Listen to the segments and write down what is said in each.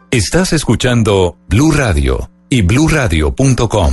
Estás escuchando Blue Radio y BlueRadio.com.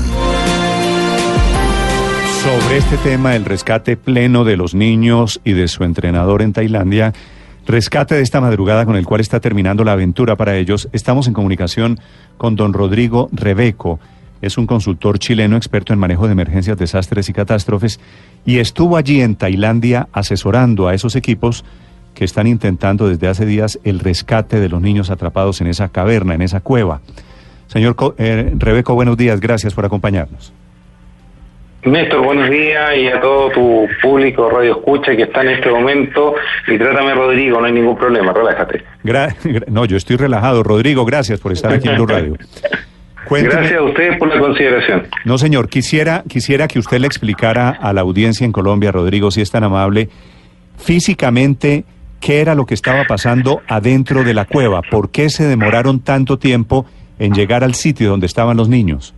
Sobre este tema, el rescate pleno de los niños y de su entrenador en Tailandia, rescate de esta madrugada con el cual está terminando la aventura para ellos, estamos en comunicación con don Rodrigo Rebeco. Es un consultor chileno experto en manejo de emergencias, desastres y catástrofes, y estuvo allí en Tailandia asesorando a esos equipos que están intentando desde hace días el rescate de los niños atrapados en esa caverna, en esa cueva. Señor Rebeco, buenos días, gracias por acompañarnos. Néstor, buenos días, y a todo tu público Radio Escucha que está en este momento, y trátame Rodrigo, no hay ningún problema, relájate. No, yo estoy relajado. Rodrigo, gracias por estar aquí en Blue Radio. Cuénteme. Gracias a ustedes por la consideración. No, señor, quisiera que usted le explicara a la audiencia en Colombia, Rodrigo, si es tan amable, físicamente, ¿qué era lo que estaba pasando adentro de la cueva? ¿Por qué se demoraron tanto tiempo en llegar al sitio donde estaban los niños?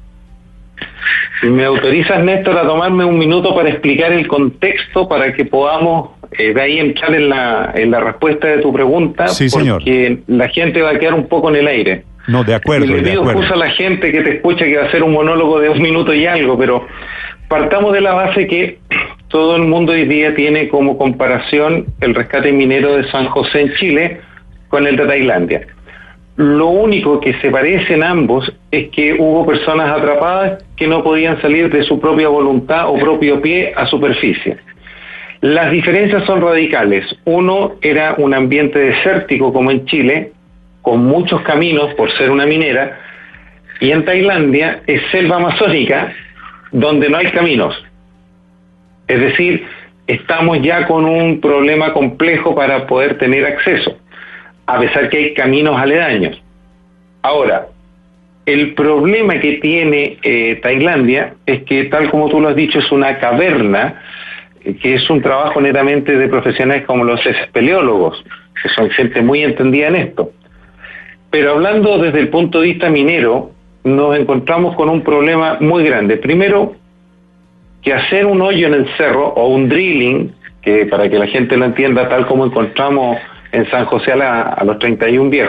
Si me autorizas, Néstor, a tomarme un minuto para explicar el contexto para que podamos de ahí entrar en la respuesta de tu pregunta. Sí, señor. Porque la gente va a quedar un poco en el aire. No, de acuerdo, y le pido excusa a la gente que te escucha, que va a ser un monólogo de 1 minuto y algo, pero partamos de la base que todo el mundo hoy día tiene como comparación el rescate minero de San José en Chile con el de Tailandia. Lo único que se parecen ambos es que hubo personas atrapadas que no podían salir de su propia voluntad o propio pie a superficie. Las diferencias son radicales. Uno era un ambiente desértico como en Chile, con muchos caminos por ser una minera, y en Tailandia es selva amazónica donde no hay caminos. Es decir, estamos ya con un problema complejo para poder tener acceso, a pesar que hay caminos aledaños. Ahora, el problema que tiene Tailandia es que, tal como tú lo has dicho, es una caverna, que es un trabajo netamente de profesionales como los espeleólogos, que son gente muy entendida en esto. Pero hablando desde el punto de vista minero, nos encontramos con un problema muy grande. Primero, que hacer un hoyo en el cerro, o un drilling, que para que la gente lo entienda, tal como encontramos en San José a los 33,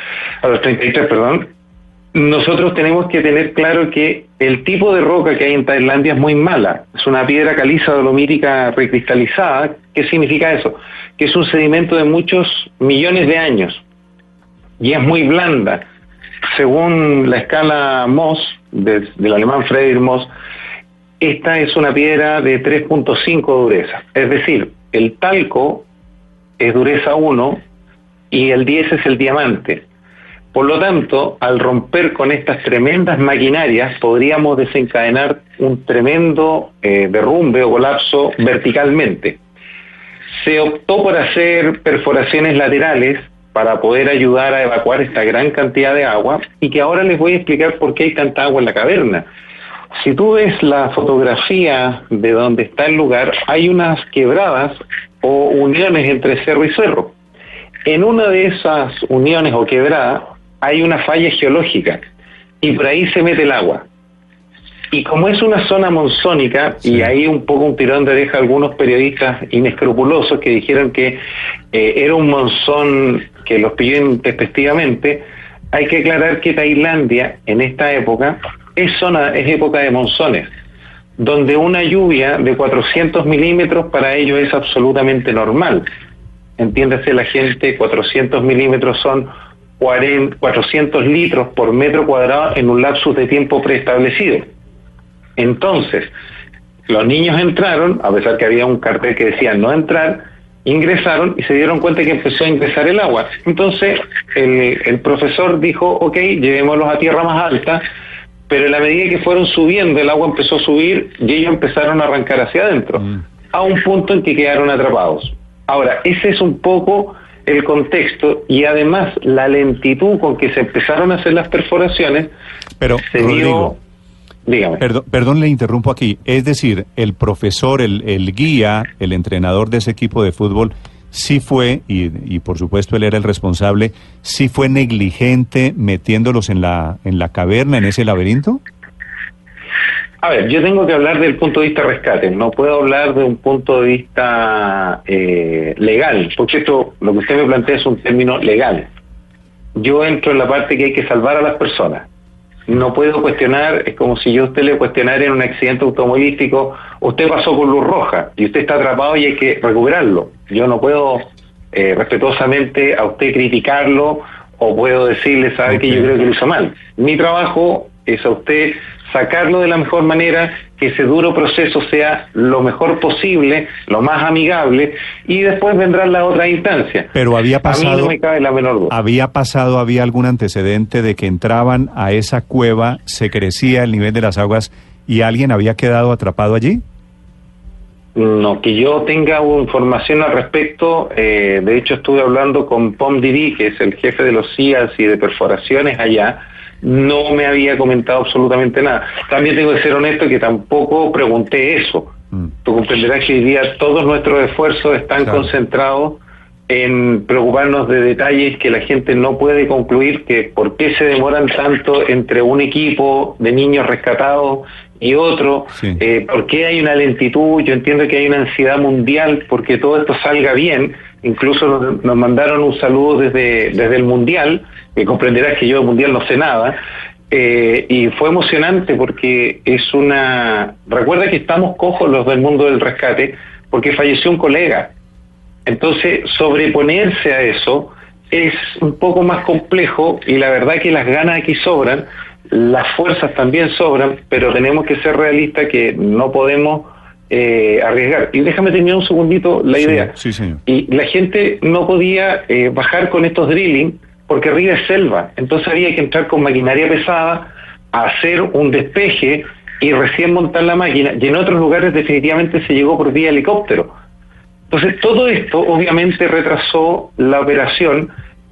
nosotros tenemos que tener claro que el tipo de roca que hay en Tailandia es muy mala. Es una piedra caliza dolomítica recristalizada. ¿Qué significa eso? Que es un sedimento de muchos millones de años y es muy blanda. Según la escala Mohs, del alemán Friedrich Mohs, esta es una piedra de 3.5 dureza. Es decir, el talco es dureza 1 y el 10 es el diamante. Por lo tanto, al romper con estas tremendas maquinarias, podríamos desencadenar un tremendo derrumbe o colapso verticalmente. Se optó por hacer perforaciones laterales para poder ayudar a evacuar esta gran cantidad de agua, y que ahora les voy a explicar por qué hay tanta agua en la caverna. Si tú ves la fotografía de donde está el lugar, hay unas quebradas o uniones entre cerro y cerro. En una de esas uniones o quebradas hay una falla geológica y por ahí se mete el agua. Y como es una zona monzónica, sí, y ahí un poco un tirón de oreja a algunos periodistas inescrupulosos que dijeron que era un monzón que los pilló intempestivamente, hay que aclarar que Tailandia en esta época es época de monzones, donde una lluvia de 400 milímetros para ellos es absolutamente normal. Entiéndase la gente, 400 milímetros son 400 litros por metro cuadrado en un lapsus de tiempo preestablecido. Entonces, los niños entraron, a pesar que había un cartel que decía no entrar, ingresaron y se dieron cuenta que empezó a ingresar el agua. Entonces, el profesor dijo, ok, llevémoslos a tierra más alta, pero en la medida que fueron subiendo, el agua empezó a subir y ellos empezaron a arrancar hacia adentro, a un punto en que quedaron atrapados. Ahora, ese es un poco el contexto, y además la lentitud con que se empezaron a hacer las perforaciones. Pero, se Rodrigo, dígame. Perdón, le interrumpo aquí. Es decir, el profesor, el guía, el entrenador de ese equipo de fútbol, sí fue, y por supuesto él era el responsable, sí fue negligente metiéndolos en la caverna, en ese laberinto. A ver, yo tengo que hablar del punto de vista rescate, no puedo hablar de un punto de vista legal, porque esto, lo que usted me plantea es un término legal. yo entro en la parte que hay que salvar a las personas. No puedo cuestionar, es como si yo a usted le cuestionara en un accidente automovilístico, usted pasó con luz roja y usted está atrapado y hay que recuperarlo. Yo no puedo respetuosamente a usted criticarlo o puedo decirle, sabe que yo creo que lo hizo mal. Mi trabajo es a usted sacarlo de la mejor manera, que ese duro proceso sea lo mejor posible, lo más amigable, y después vendrán las otras instancias. Pero había pasado, a mí no me cabe la menor duda. ¿Había algún antecedente de que entraban a esa cueva, se crecía el nivel de las aguas y alguien había quedado atrapado allí? No, que yo tenga información al respecto. De hecho, estuve hablando con Pom Didi, que es el jefe de los CIAS y de perforaciones allá. No me había comentado absolutamente nada. También tengo que ser honesto que tampoco pregunté eso. Tú comprenderás que hoy día todos nuestros esfuerzos están concentrados en preocuparnos de detalles que la gente no puede concluir, que por qué se demoran tanto entre un equipo de niños rescatados y otro, por qué hay una lentitud. Yo entiendo que hay una ansiedad mundial porque todo esto salga bien. Incluso nos mandaron un saludo desde el Mundial, que comprenderás que yo del Mundial no sé nada, y fue emocionante porque recuerda que estamos cojos los del mundo del rescate porque falleció un colega. Entonces, sobreponerse a eso es un poco más complejo y la verdad que las ganas aquí sobran, las fuerzas también sobran, pero tenemos que ser realistas que no podemos arriesgar. Y déjame terminar un segundito la idea. Sí, señor. Y la gente no podía bajar con estos drilling porque arriba es selva, entonces había que entrar con maquinaria pesada, a hacer un despeje y recién montar la máquina, y en otros lugares definitivamente se llegó por vía helicóptero. Entonces todo esto obviamente retrasó la operación.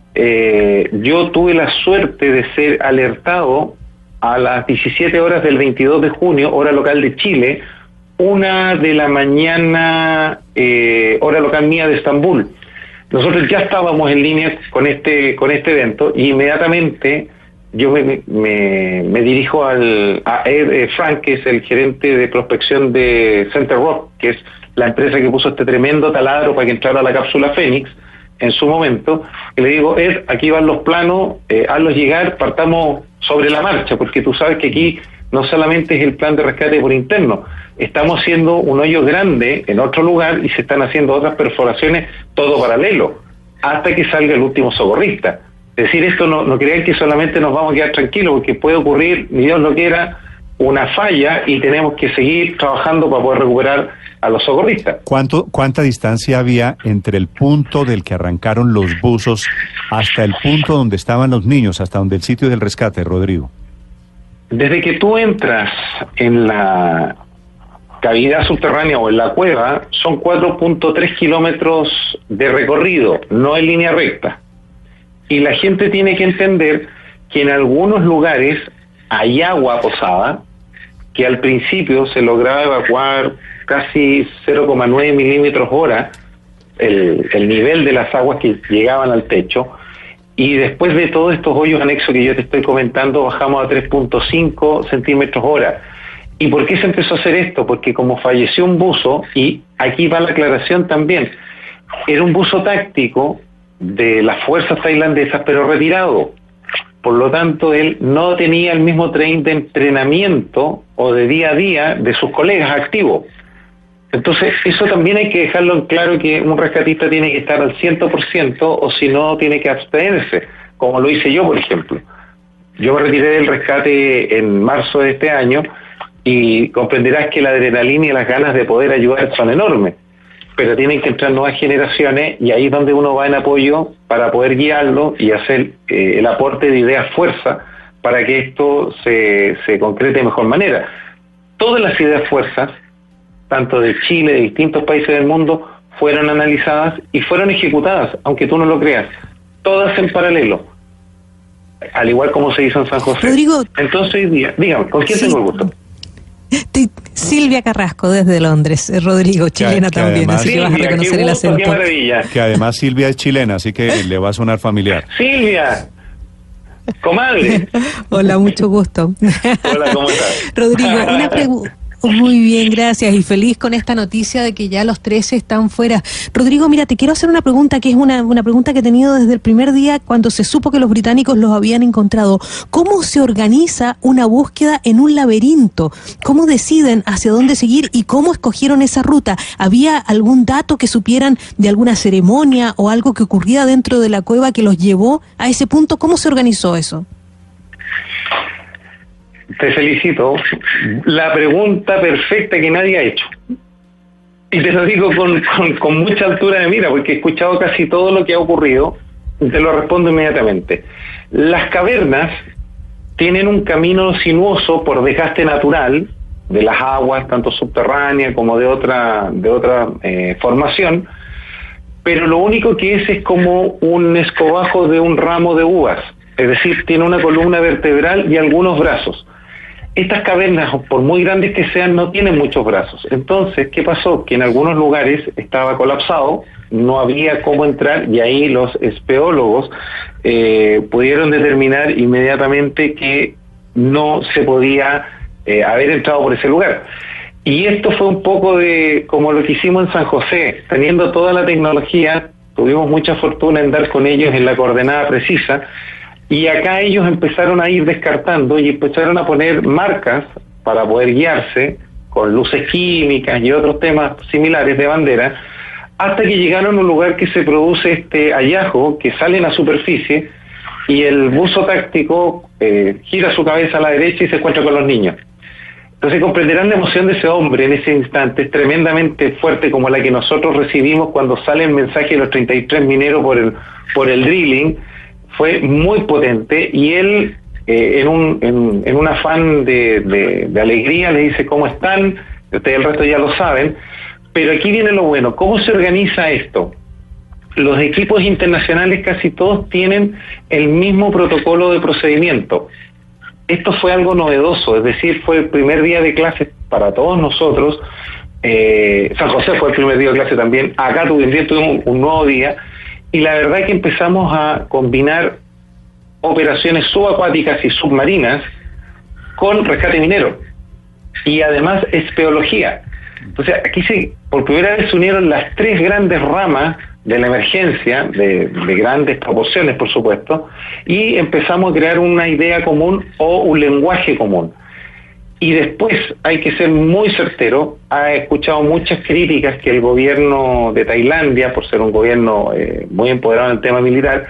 Yo tuve la suerte de ser alertado a las 17 horas del 22 de junio, hora local de Chile, 1 de la mañana, hora local mía de Estambul. Nosotros ya estábamos en línea con este evento y inmediatamente yo me dirijo a Ed Frank, que es el gerente de prospección de Center Rock, que es la empresa que puso este tremendo taladro para que entrara la cápsula Fénix en su momento, y le digo, Ed, aquí van los planos, hazlos llegar, partamos sobre la marcha, porque tú sabes que aquí no solamente es el plan de rescate por interno, estamos haciendo un hoyo grande en otro lugar y se están haciendo otras perforaciones todo paralelo, hasta que salga el último socorrista. Es decir, esto no crean que solamente nos vamos a quedar tranquilos, porque puede ocurrir, ni Dios lo quiera, una falla y tenemos que seguir trabajando para poder recuperar a los socorristas. ¿Cuánta distancia había entre el punto del que arrancaron los buzos hasta el punto donde estaban los niños, hasta donde el sitio del rescate, Rodrigo? Desde que tú entras en la cavidad subterránea o en la cueva, son 4.3 kilómetros de recorrido, no en línea recta. Y la gente tiene que entender que en algunos lugares hay agua posada, que al principio se lograba evacuar casi 0,9 milímetros hora, el nivel de las aguas que llegaban al techo, y después de todos estos hoyos anexos que yo te estoy comentando, bajamos a 3.5 centímetros hora. ¿Y por qué se empezó a hacer esto? Porque como falleció un buzo, y aquí va la aclaración también, era un buzo táctico de las fuerzas tailandesas, pero retirado. Por lo tanto, él no tenía el mismo tren de entrenamiento o de día a día de sus colegas activos. Entonces, eso también hay que dejarlo en claro, que un rescatista tiene que estar al 100% o si no tiene que abstenerse, como lo hice yo, por ejemplo. Yo me retiré del rescate en marzo de este año y comprenderás que la adrenalina y las ganas de poder ayudar son enormes, pero tienen que entrar nuevas generaciones y ahí es donde uno va en apoyo para poder guiarlo y hacer el aporte de ideas fuerza para que esto se concrete de mejor manera. Todas las ideas fuerzas, tanto de Chile, de distintos países del mundo, fueron analizadas y fueron ejecutadas, aunque tú no lo creas, todas en paralelo, al igual como se hizo en San José. Rodrigo, entonces hoy día, dígame, ¿con quién tengo el gusto? Silvia Carrasco desde Londres, Rodrigo, chilena también, además, así que vas a reconocer el acento. Qué maravilla. Que además Silvia es chilena, así que le va a sonar familiar. Silvia, comadre. Hola, mucho gusto. Hola, ¿cómo estás? Rodrigo, Muy bien, gracias, y feliz con esta noticia de que ya los 13 están fuera. Rodrigo, mira, te quiero hacer una pregunta que es una pregunta que he tenido desde el primer día cuando se supo que los británicos los habían encontrado. ¿Cómo se organiza una búsqueda en un laberinto? ¿Cómo deciden hacia dónde seguir y cómo escogieron esa ruta? ¿Había algún dato que supieran de alguna ceremonia o algo que ocurría dentro de la cueva que los llevó a ese punto? ¿Cómo se organizó eso? Te felicito. La pregunta perfecta que nadie ha hecho. Y te lo digo con mucha altura de mira, porque he escuchado casi todo lo que ha ocurrido. Te lo respondo inmediatamente. Las cavernas tienen un camino sinuoso por desgaste natural de las aguas, tanto subterráneas como de otra formación, pero lo único que es como un escobajo de un ramo de uvas, es decir, tiene una columna vertebral y algunos brazos. Estas cavernas, por muy grandes que sean, no tienen muchos brazos. Entonces, ¿qué pasó? Que en algunos lugares estaba colapsado, no había cómo entrar, y ahí los espeólogos pudieron determinar inmediatamente que no se podía haber entrado por ese lugar. Y esto fue un poco de como lo que hicimos en San José, teniendo toda la tecnología, tuvimos mucha fortuna en dar con ellos en la coordenada precisa. Y acá ellos empezaron a ir descartando y empezaron a poner marcas para poder guiarse con luces químicas y otros temas similares de bandera, hasta que llegaron a un lugar que se produce este hallazgo, que sale en la superficie y el buzo táctico gira su cabeza a la derecha y se encuentra con los niños. Entonces comprenderán la emoción de ese hombre en ese instante, es tremendamente fuerte como la que nosotros recibimos cuando sale el mensaje de los 33 mineros por el drilling. Fue muy potente y él en un afán de alegría le dice cómo están, ustedes el resto ya lo saben, pero aquí viene lo bueno. ¿Cómo se organiza esto? Los equipos internacionales casi todos tienen el mismo protocolo de procedimiento. Esto fue algo novedoso, es decir, fue el primer día de clase para todos nosotros. San José fue el primer día de clase también, acá tuvimos un nuevo día. Y la verdad es que empezamos a combinar operaciones subacuáticas y submarinas con rescate minero. Y además espeología. Entonces aquí por primera vez se unieron las tres grandes ramas de la emergencia, de grandes proporciones por supuesto, y empezamos a crear una idea común o un lenguaje común. Y después hay que ser muy certero. Ha escuchado muchas críticas que el gobierno de Tailandia, por ser un gobierno muy empoderado en el tema militar,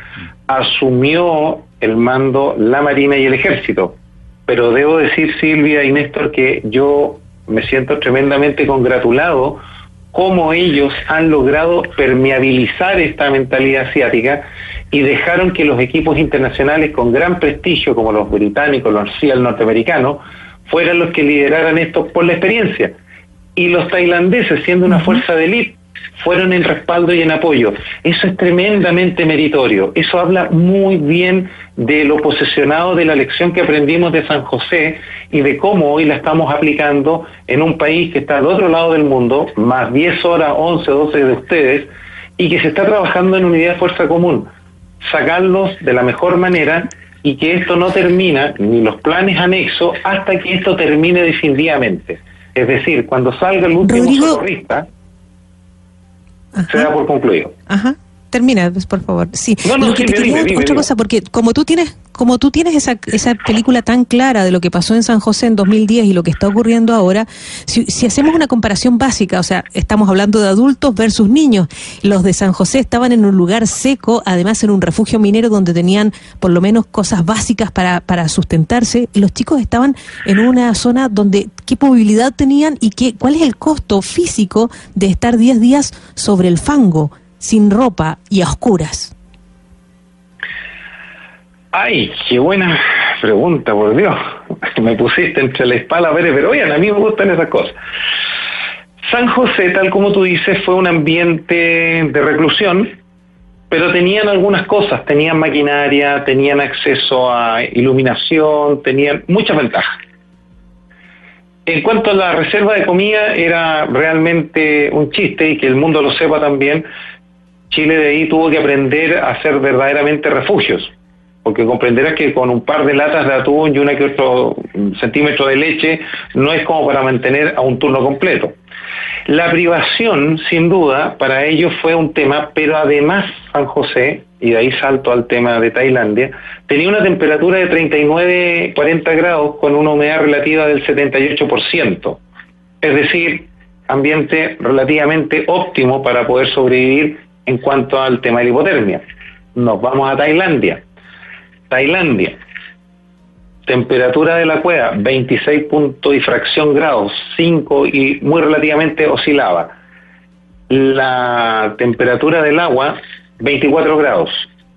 asumió el mando la Marina y el Ejército. Pero debo decir, Silvia y Néstor, que yo me siento tremendamente congratulado cómo ellos han logrado permeabilizar esta mentalidad asiática y dejaron que los equipos internacionales con gran prestigio, como los británicos, los SEAL norteamericanos, fueran los que lideraran esto por la experiencia. Y los tailandeses, siendo una fuerza de élite, fueron en respaldo y en apoyo. Eso es tremendamente meritorio. Eso habla muy bien de lo posesionado de la lección que aprendimos de San José y de cómo hoy la estamos aplicando en un país que está al otro lado del mundo, más 10 horas, 11, 12 de ustedes, y que se está trabajando en unidad de fuerza común. Sacarlos de la mejor manera y que esto no termina, ni los planes anexos, hasta que esto termine definitivamente. Es decir, cuando salga el último socorrista, se da por concluido. Ajá. Termina, pues, por favor. Sí. No, que te quería otra cosa, porque como tú tienes esa película tan clara de lo que pasó en San José en 2010 y lo que está ocurriendo ahora, si hacemos una comparación básica, o sea, estamos hablando de adultos versus niños. Los de San José estaban en un lugar seco, además en un refugio minero donde tenían por lo menos cosas básicas para sustentarse. Los chicos estaban en una zona donde qué movilidad tenían y cuál es el costo físico de estar 10 días sobre el fango, sin ropa y a oscuras. Ay, qué buena pregunta, por Dios. Me pusiste entre la espada y la pared, pero oigan, a mí me gustan esas cosas. San José, tal como tú dices, fue un ambiente de reclusión, pero tenían algunas cosas, tenían maquinaria, tenían acceso a iluminación, tenían muchas ventajas. En cuanto a la reserva de comida, era realmente un chiste, y que el mundo lo sepa también. Chile de ahí tuvo que aprender a hacer verdaderamente refugios, porque comprenderás que con un par de latas de atún y una que otro centímetros de leche no es como para mantener a un turno completo. La privación, sin duda, para ellos fue un tema, pero además San José, y de ahí salto al tema de Tailandia, tenía una temperatura de 39-40 grados con una humedad relativa del 78%. Es decir, ambiente relativamente óptimo para poder sobrevivir en cuanto al tema de la hipotermia. Nos vamos a Tailandia. Tailandia. Temperatura de la cueva, 26 puntos y fracción grados, 5 y muy relativamente oscilaba. La temperatura del agua, 24 grados.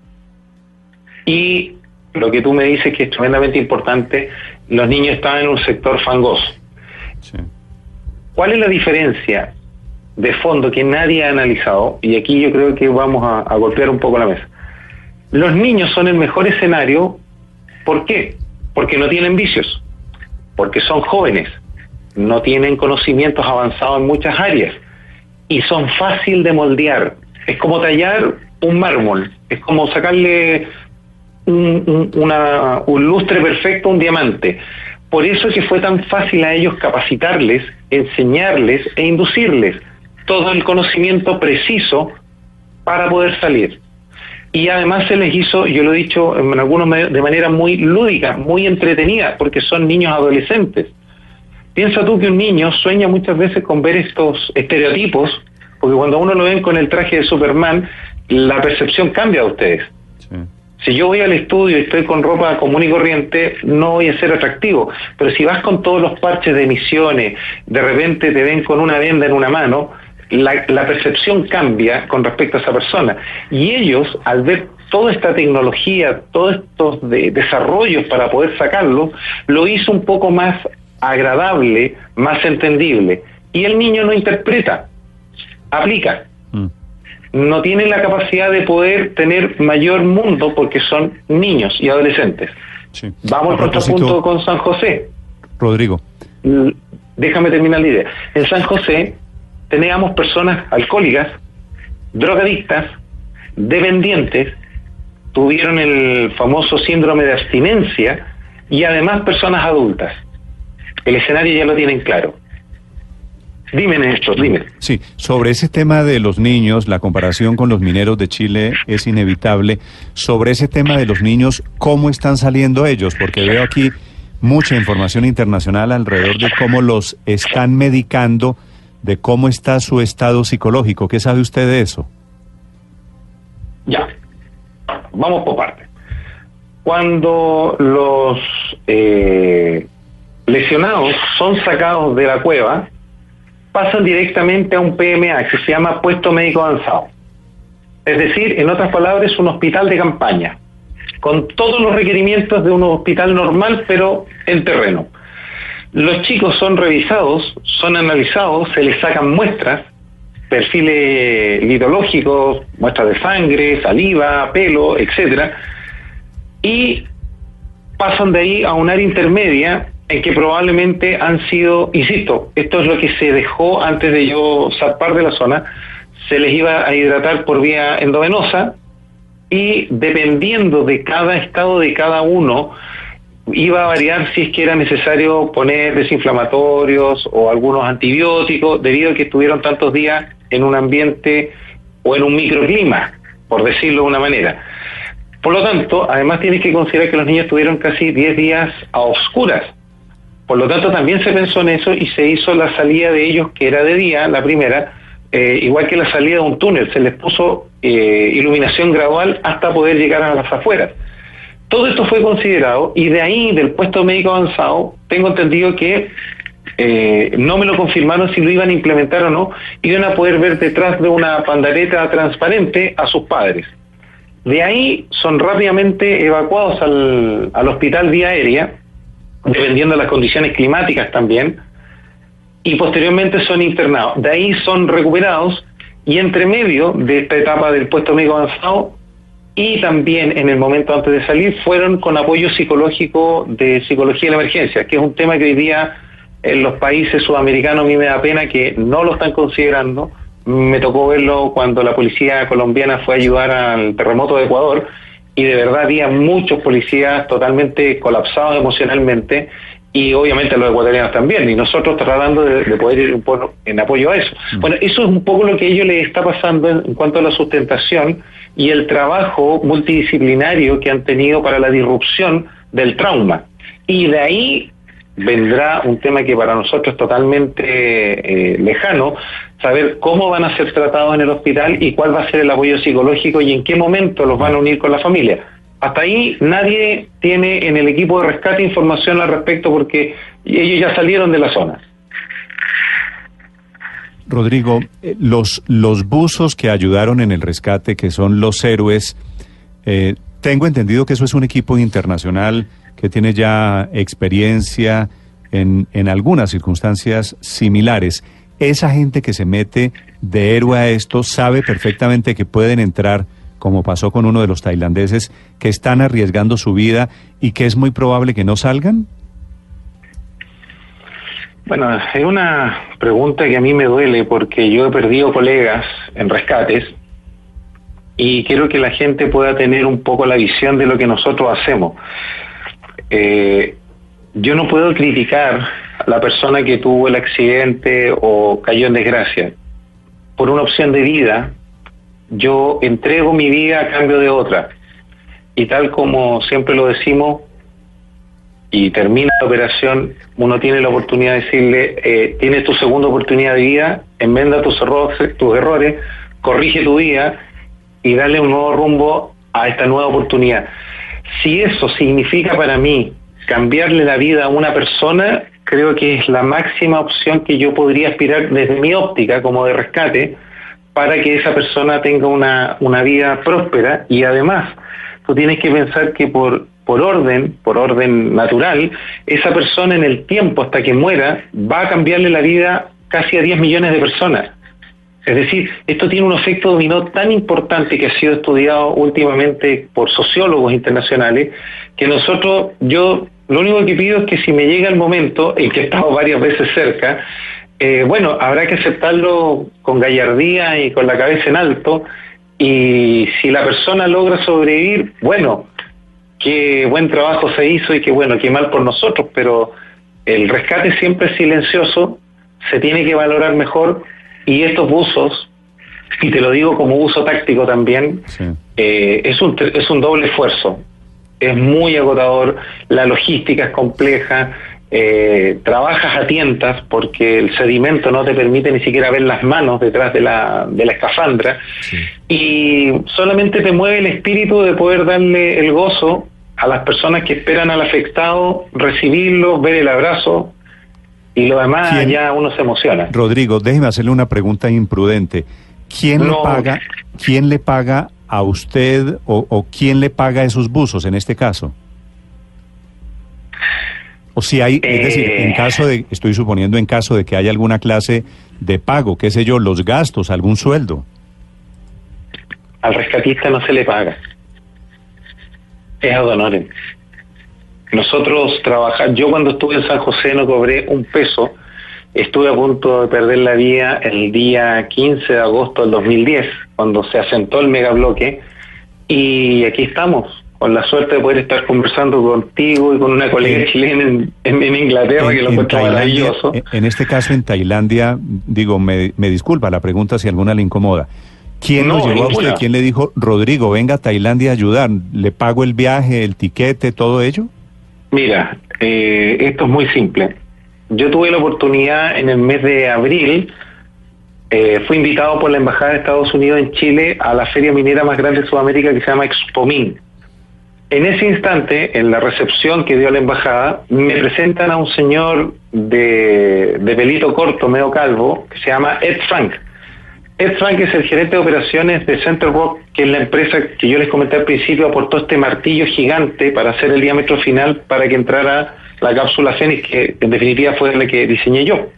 Y lo que tú me dices que es tremendamente importante, los niños estaban en un sector fangoso. Sí. ¿Cuál es la diferencia de fondo que nadie ha analizado? Y aquí yo creo que vamos a golpear un poco la mesa. Los niños son el mejor escenario. ¿Por qué? Porque no tienen vicios, porque son jóvenes, no tienen conocimientos avanzados en muchas áreas y son fácil de moldear. Es como tallar un mármol, es como sacarle un lustre perfecto a un diamante. Por eso es que fue tan fácil a ellos capacitarles, enseñarles e inducirles todo el conocimiento preciso para poder salir. Y además se les hizo, yo lo he dicho en algunos medios, de manera muy lúdica, muy entretenida, porque son niños adolescentes. Piensa tú que un niño sueña muchas veces con ver estos estereotipos, porque cuando uno lo ven con el traje de Superman, la percepción cambia de ustedes. Sí. Si yo voy al estudio y estoy con ropa común y corriente, no voy a ser atractivo. Pero si vas con todos los parches de misiones, de repente te ven con una venda en una mano, la percepción cambia con respecto a esa persona. Y ellos, al ver toda esta tecnología, todos estos desarrollos para poder sacarlo, lo hizo un poco más agradable, más entendible. Y el niño no interpreta, aplica. No tiene la capacidad de poder tener mayor mundo porque son niños y adolescentes. Sí. Vamos al contrapunto con San José. Rodrigo. Déjame terminar la idea. En San José teníamos personas alcohólicas, drogadictas, dependientes, tuvieron el famoso síndrome de abstinencia y además personas adultas. El escenario ya lo tienen claro. Dime, Néstor, dime. Sí, sobre ese tema de los niños, la comparación con los mineros de Chile es inevitable. Sobre ese tema de los niños, ¿cómo están saliendo ellos? Porque veo aquí mucha información internacional alrededor de cómo los están medicando, de cómo está su estado psicológico. ¿Qué sabe usted de eso? Ya, vamos por partes. Cuando los lesionados son sacados de la cueva, pasan directamente a un PMA que se llama Puesto Médico Avanzado. Es decir, en otras palabras, un hospital de campaña, con todos los requerimientos de un hospital normal, pero en terreno. Los chicos son revisados, son analizados, se les sacan muestras, perfiles litológicos, muestras de sangre, saliva, pelo, etcétera, y pasan de ahí a un área intermedia en que probablemente han sido, insisto, esto es lo que se dejó antes de yo zarpar de la zona, se les iba a hidratar por vía endovenosa y dependiendo de cada estado de cada uno, iba a variar si es que era necesario poner desinflamatorios o algunos antibióticos debido a que estuvieron tantos días en un ambiente o en un microclima, por decirlo de una manera. Por lo tanto, además tienes que considerar que los niños estuvieron casi 10 días a oscuras. Por lo tanto, también se pensó en eso y se hizo la salida de ellos, que era de día, la primera, igual que la salida de un túnel, se les puso iluminación gradual hasta poder llegar a las afueras. Todo esto fue considerado y de ahí, del puesto médico avanzado, tengo entendido que no me lo confirmaron si lo iban a implementar o no, iban a poder ver detrás de una pandareta transparente a sus padres. De ahí son rápidamente evacuados al hospital vía aérea, dependiendo de las condiciones climáticas también, y posteriormente son internados. De ahí son recuperados y entre medio de esta etapa del puesto médico avanzado y también en el momento antes de salir fueron con apoyo psicológico de psicología de la emergencia, que es un tema que hoy día en los países sudamericanos a mí me da pena que no lo están considerando. Me tocó verlo cuando la policía colombiana fue a ayudar al terremoto de Ecuador y de verdad había muchos policías totalmente colapsados emocionalmente y obviamente los ecuatorianos también, y nosotros tratando de poder ir un poco en apoyo a eso. Bueno, eso es un poco lo que a ellos les está pasando en cuanto a la sustentación y el trabajo multidisciplinario que han tenido para la disrupción del trauma. Y de ahí vendrá un tema que para nosotros es totalmente lejano, saber cómo van a ser tratados en el hospital y cuál va a ser el apoyo psicológico y en qué momento los van a unir con la familia. Hasta ahí nadie tiene en el equipo de rescate información al respecto porque ellos ya salieron de la zona. Rodrigo, los buzos que ayudaron en el rescate, que son los héroes, tengo entendido que eso es un equipo internacional que tiene ya experiencia en algunas circunstancias similares. Esa gente que se mete de héroe a esto sabe perfectamente que pueden entrar, como pasó con uno de los tailandeses, que están arriesgando su vida y que es muy probable que no salgan. Bueno, es una pregunta que a mí me duele porque yo he perdido colegas en rescates y quiero que la gente pueda tener un poco la visión de lo que nosotros hacemos. Yo no puedo criticar a la persona que tuvo el accidente o cayó en desgracia. Por una opción de vida, yo entrego mi vida a cambio de otra. Y tal como siempre lo decimos, y termina la operación, uno tiene la oportunidad de decirle, tienes tu segunda oportunidad de vida, enmenda tus errores, corrige tu vida y dale un nuevo rumbo a esta nueva oportunidad. Si eso significa para mí cambiarle la vida a una persona, creo que es la máxima opción que yo podría aspirar desde mi óptica como de rescate para que esa persona tenga una vida próspera. Y además, tú tienes que pensar que por orden natural, esa persona en el tiempo hasta que muera va a cambiarle la vida casi a 10 millones de personas. Es decir, esto tiene un efecto dominó tan importante que ha sido estudiado últimamente por sociólogos internacionales, que yo lo único que pido es que si me llega el momento, en que he estado varias veces cerca, habrá que aceptarlo con gallardía y con la cabeza en alto, y si la persona logra sobrevivir, bueno, qué buen trabajo se hizo y qué mal por nosotros, pero el rescate siempre es silencioso, se tiene que valorar mejor, y estos buzos, y te lo digo como buzo táctico también, sí. Es un doble esfuerzo, es muy agotador, la logística es compleja, trabajas a tientas porque el sedimento no te permite ni siquiera ver las manos detrás de la escafandra, sí. Y solamente te mueve el espíritu de poder darle el gozo a las personas que esperan al afectado, recibirlo, ver el abrazo, y lo demás ya uno se emociona. Rodrigo, déjeme hacerle una pregunta imprudente. ¿Quién le paga a usted o quién le paga esos buzos en este caso? O si hay, es decir, estoy suponiendo en caso de que haya alguna clase de pago, qué sé yo, los gastos, algún sueldo. Al rescatista no se le paga. Es ad honorem. Nosotros yo cuando estuve en San José no cobré un peso, estuve a punto de perder la vida el día 15 de agosto del 2010, cuando se asentó el megabloque, y aquí estamos, con la suerte de poder estar conversando contigo y con una colega chilena en Inglaterra, que lo encuentro maravilloso. En este caso en Tailandia, digo, me disculpa la pregunta si alguna le incomoda. ¿Quién lo llevó a usted? ¿Quién le dijo, Rodrigo, venga a Tailandia a ayudar? ¿Le pago el viaje, el tiquete, todo ello? Mira, esto es muy simple. Yo tuve la oportunidad en el mes de abril, fui invitado por la Embajada de Estados Unidos en Chile a la feria minera más grande de Sudamérica que se llama Expomin. En ese instante, en la recepción que dio la embajada, me presentan a un señor de pelito corto, medio calvo, que se llama Ed Frank. Ed Frank es el gerente de operaciones de Center Rock, que es la empresa que yo les comenté al principio, aportó este martillo gigante para hacer el diámetro final para que entrara la cápsula Fénix, que en definitiva fue la que diseñé yo.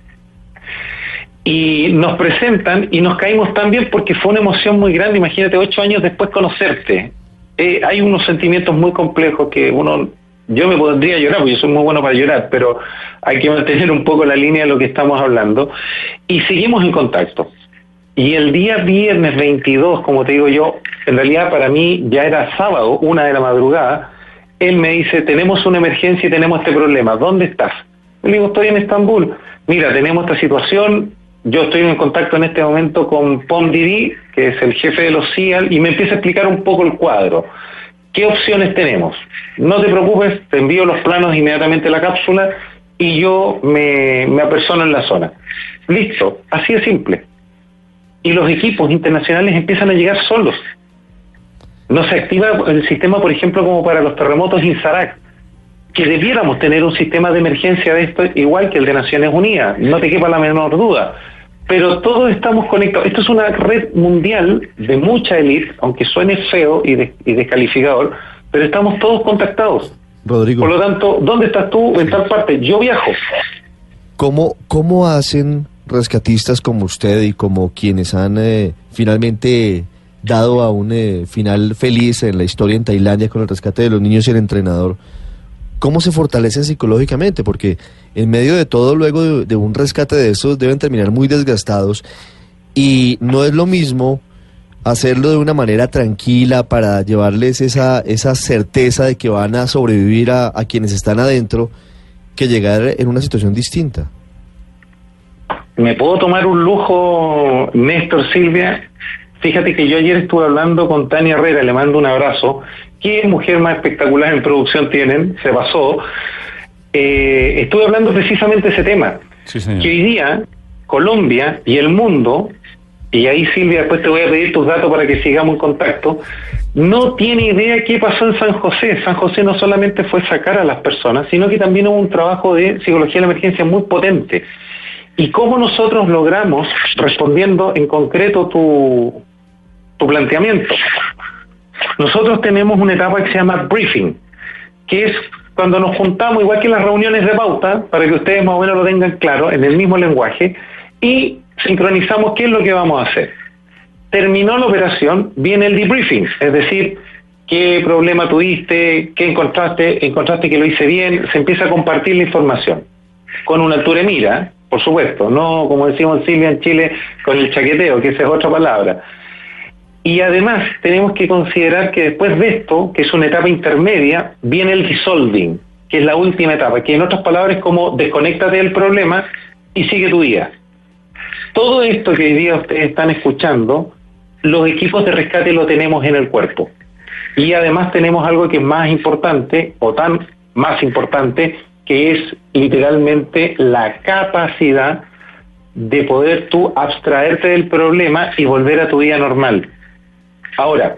Y nos presentan y nos caímos tan bien porque fue una emoción muy grande. Imagínate, 8 años después conocerte. Hay unos sentimientos muy complejos que yo me podría llorar, porque yo soy muy bueno para llorar, pero hay que mantener un poco la línea de lo que estamos hablando. Y seguimos en contacto. Y el día viernes 22, como te digo yo, en realidad para mí ya era sábado, 1 de la madrugada, él me dice, tenemos una emergencia y tenemos este problema, ¿dónde estás? Le digo, estoy en Estambul. Mira, tenemos esta situación, yo estoy en contacto en este momento con POMDD, que es el jefe de los CIAL, y me empieza a explicar un poco el cuadro. ¿Qué opciones tenemos? No te preocupes, te envío los planos inmediatamente a la cápsula y yo me apersono en la zona. Listo, así de simple. Y los equipos internacionales empiezan a llegar solos. No se activa el sistema, por ejemplo, como para los terremotos INSARAC, que debiéramos tener un sistema de emergencia de esto igual que el de Naciones Unidas, no te quepa la menor duda. Pero todos estamos conectados. Esto es una red mundial de mucha élite, aunque suene feo y descalificador, pero estamos todos contactados. Rodrigo. Por lo tanto, ¿dónde estás tú? En tal parte. Yo viajo. ¿Cómo hacen rescatistas como usted y como quienes han finalmente dado a un final feliz en la historia en Tailandia con el rescate de los niños y el entrenador? ¿Cómo se fortalecen psicológicamente? Porque en medio de todo, luego de un rescate de esos, deben terminar muy desgastados y no es lo mismo hacerlo de una manera tranquila para llevarles esa certeza de que van a sobrevivir a quienes están adentro, que llegar en una situación distinta. ¿Me puedo tomar un lujo, Néstor, Silvia? Fíjate que yo ayer estuve hablando con Tania Herrera, le mando un abrazo. ¿Qué mujer más espectacular en producción tienen? Se pasó. Estuve hablando precisamente de ese tema. Sí, señor. Que hoy día Colombia y el mundo, y ahí Silvia después te voy a pedir tus datos para que sigamos en contacto, no tiene idea qué pasó en San José. San José no solamente fue sacar a las personas, sino que también hubo un trabajo de psicología de la emergencia muy potente. Y cómo nosotros logramos, respondiendo en concreto tu planteamiento, nosotros tenemos una etapa que se llama briefing, que es cuando nos juntamos, igual que las reuniones de pauta, para que ustedes más o menos lo tengan claro, en el mismo lenguaje, y sincronizamos qué es lo que vamos a hacer. Terminó la operación, viene el debriefing, es decir, qué problema tuviste, qué encontraste que lo hice bien, se empieza a compartir la información, con una altura de mira, por supuesto, no como decimos Silvia en Chile, con el chaqueteo, que esa es otra palabra. Y además tenemos que considerar que después de esto, que es una etapa intermedia, viene el dissolving, que es la última etapa, que en otras palabras es como desconéctate del problema y sigue tu vida. Todo esto que hoy día ustedes están escuchando, los equipos de rescate lo tenemos en el cuerpo. Y además tenemos algo que es más importante, o tan más importante, que es literalmente la capacidad de poder tú abstraerte del problema y volver a tu vida normal. Ahora,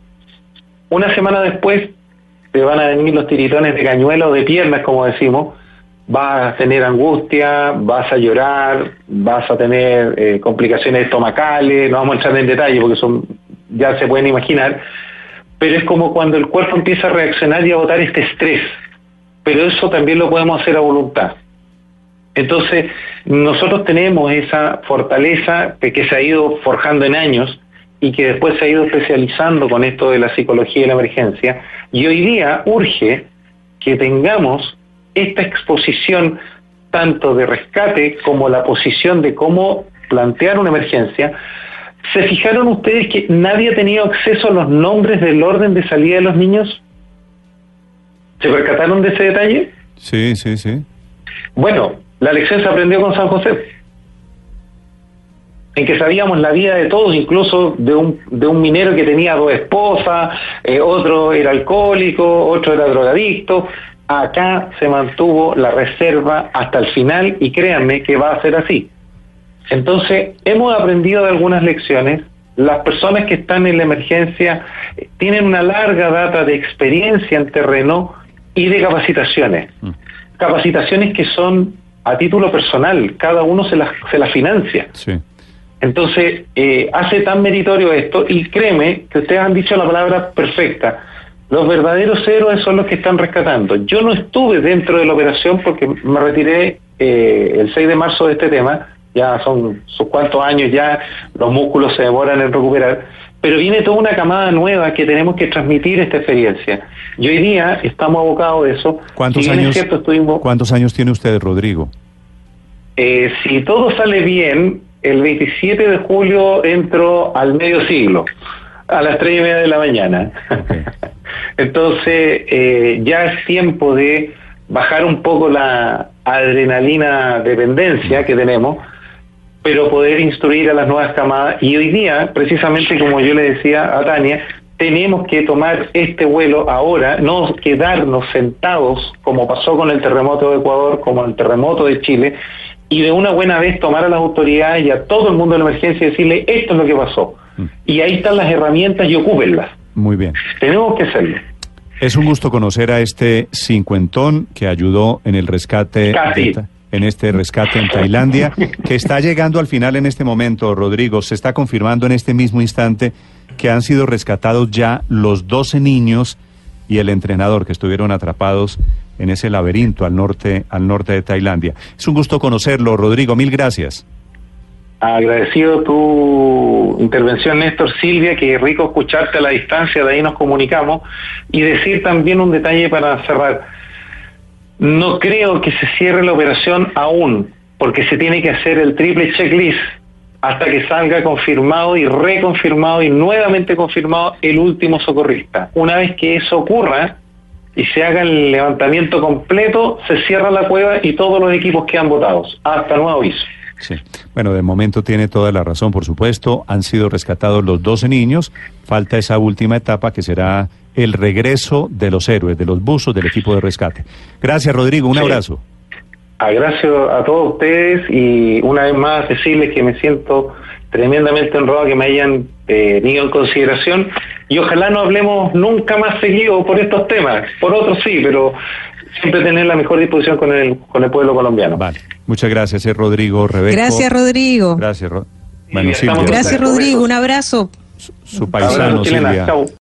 una semana después te van a venir los tiritones de cañuelo, de piernas, como decimos, vas a tener angustia, vas a llorar, vas a tener complicaciones estomacales, no vamos a entrar en detalle porque ya se pueden imaginar, pero es como cuando el cuerpo empieza a reaccionar y a botar este estrés, pero eso también lo podemos hacer a voluntad. Entonces, nosotros tenemos esa fortaleza que se ha ido forjando en años y que después se ha ido especializando con esto de la psicología y la emergencia, y hoy día urge que tengamos esta exposición tanto de rescate como la posición de cómo plantear una emergencia. ¿Se fijaron ustedes que nadie ha tenido acceso a los nombres del orden de salida de los niños? ¿Se percataron de ese detalle? Sí, sí, sí. Bueno, la lección se aprendió con San José, en que sabíamos la vida de todos, incluso de un minero que tenía 2 esposas, otro era alcohólico, otro era drogadicto. Acá se mantuvo la reserva hasta el final y créanme que va a ser así. Entonces, hemos aprendido de algunas lecciones. Las personas que están en la emergencia tienen una larga data de experiencia en terreno y de capacitaciones. Capacitaciones que son a título personal, cada uno se las financia. Sí. Entonces, hace tan meritorio esto, y créeme que ustedes han dicho la palabra perfecta. Los verdaderos héroes son los que están rescatando. Yo no estuve dentro de la operación porque me retiré el 6 de marzo de este tema, ya son sus cuantos años, ya los músculos se demoran en recuperar, pero viene toda una camada nueva que tenemos que transmitir esta experiencia. Y hoy día estamos abocados a eso. ¿Cuántos años tiene usted, Rodrigo? Si todo sale bien, el 27 de julio entro al medio siglo, a las 3:30 de la mañana. Okay. Entonces, ya es tiempo de bajar un poco la adrenalina dependencia que tenemos, pero poder instruir a las nuevas camadas. Y hoy día, precisamente como yo le decía a Tania, tenemos que tomar este vuelo ahora, no quedarnos sentados como pasó con el terremoto de Ecuador, como el terremoto de Chile, y de una buena vez tomar a las autoridades y a todo el mundo de la emergencia y decirle, esto es lo que pasó. Y ahí están las herramientas y ocúpenlas. Muy bien. Tenemos que hacerlo. Es un gusto conocer a este cincuentón que ayudó en el rescate, en este rescate en Tailandia, que está llegando al final en este momento, Rodrigo. Se está confirmando en este mismo instante que han sido rescatados ya los 12 niños y el entrenador que estuvieron atrapados en ese laberinto al norte de Tailandia. Es un gusto conocerlo, Rodrigo. Mil gracias. Agradecido tu intervención, Néstor. Silvia, que rico escucharte a la distancia, de ahí nos comunicamos. Y decir también un detalle para cerrar. No creo que se cierre la operación aún, porque se tiene que hacer el triple checklist hasta que salga confirmado y reconfirmado y nuevamente confirmado el último socorrista. Una vez que eso ocurra y se haga el levantamiento completo, se cierra la cueva y todos los equipos quedan botados, hasta nuevo aviso. Sí, bueno, de momento tiene toda la razón, por supuesto. Han sido rescatados los 12 niños. Falta esa última etapa que será el regreso de los héroes, de los buzos del equipo de rescate. Gracias, Rodrigo. Un abrazo. Gracias a todos ustedes y una vez más decirles que me siento tremendamente honrado que me hayan tenido en consideración y ojalá no hablemos nunca más seguido por estos temas. Por otros sí, pero siempre tener la mejor disposición con el pueblo colombiano. Vale. Muchas gracias, Rodrigo, Rebeco. Gracias, Rodrigo. Gracias, Silvia. Gracias, Rodrigo. Un abrazo. Su paisano, Silvia. Silvia. Chau.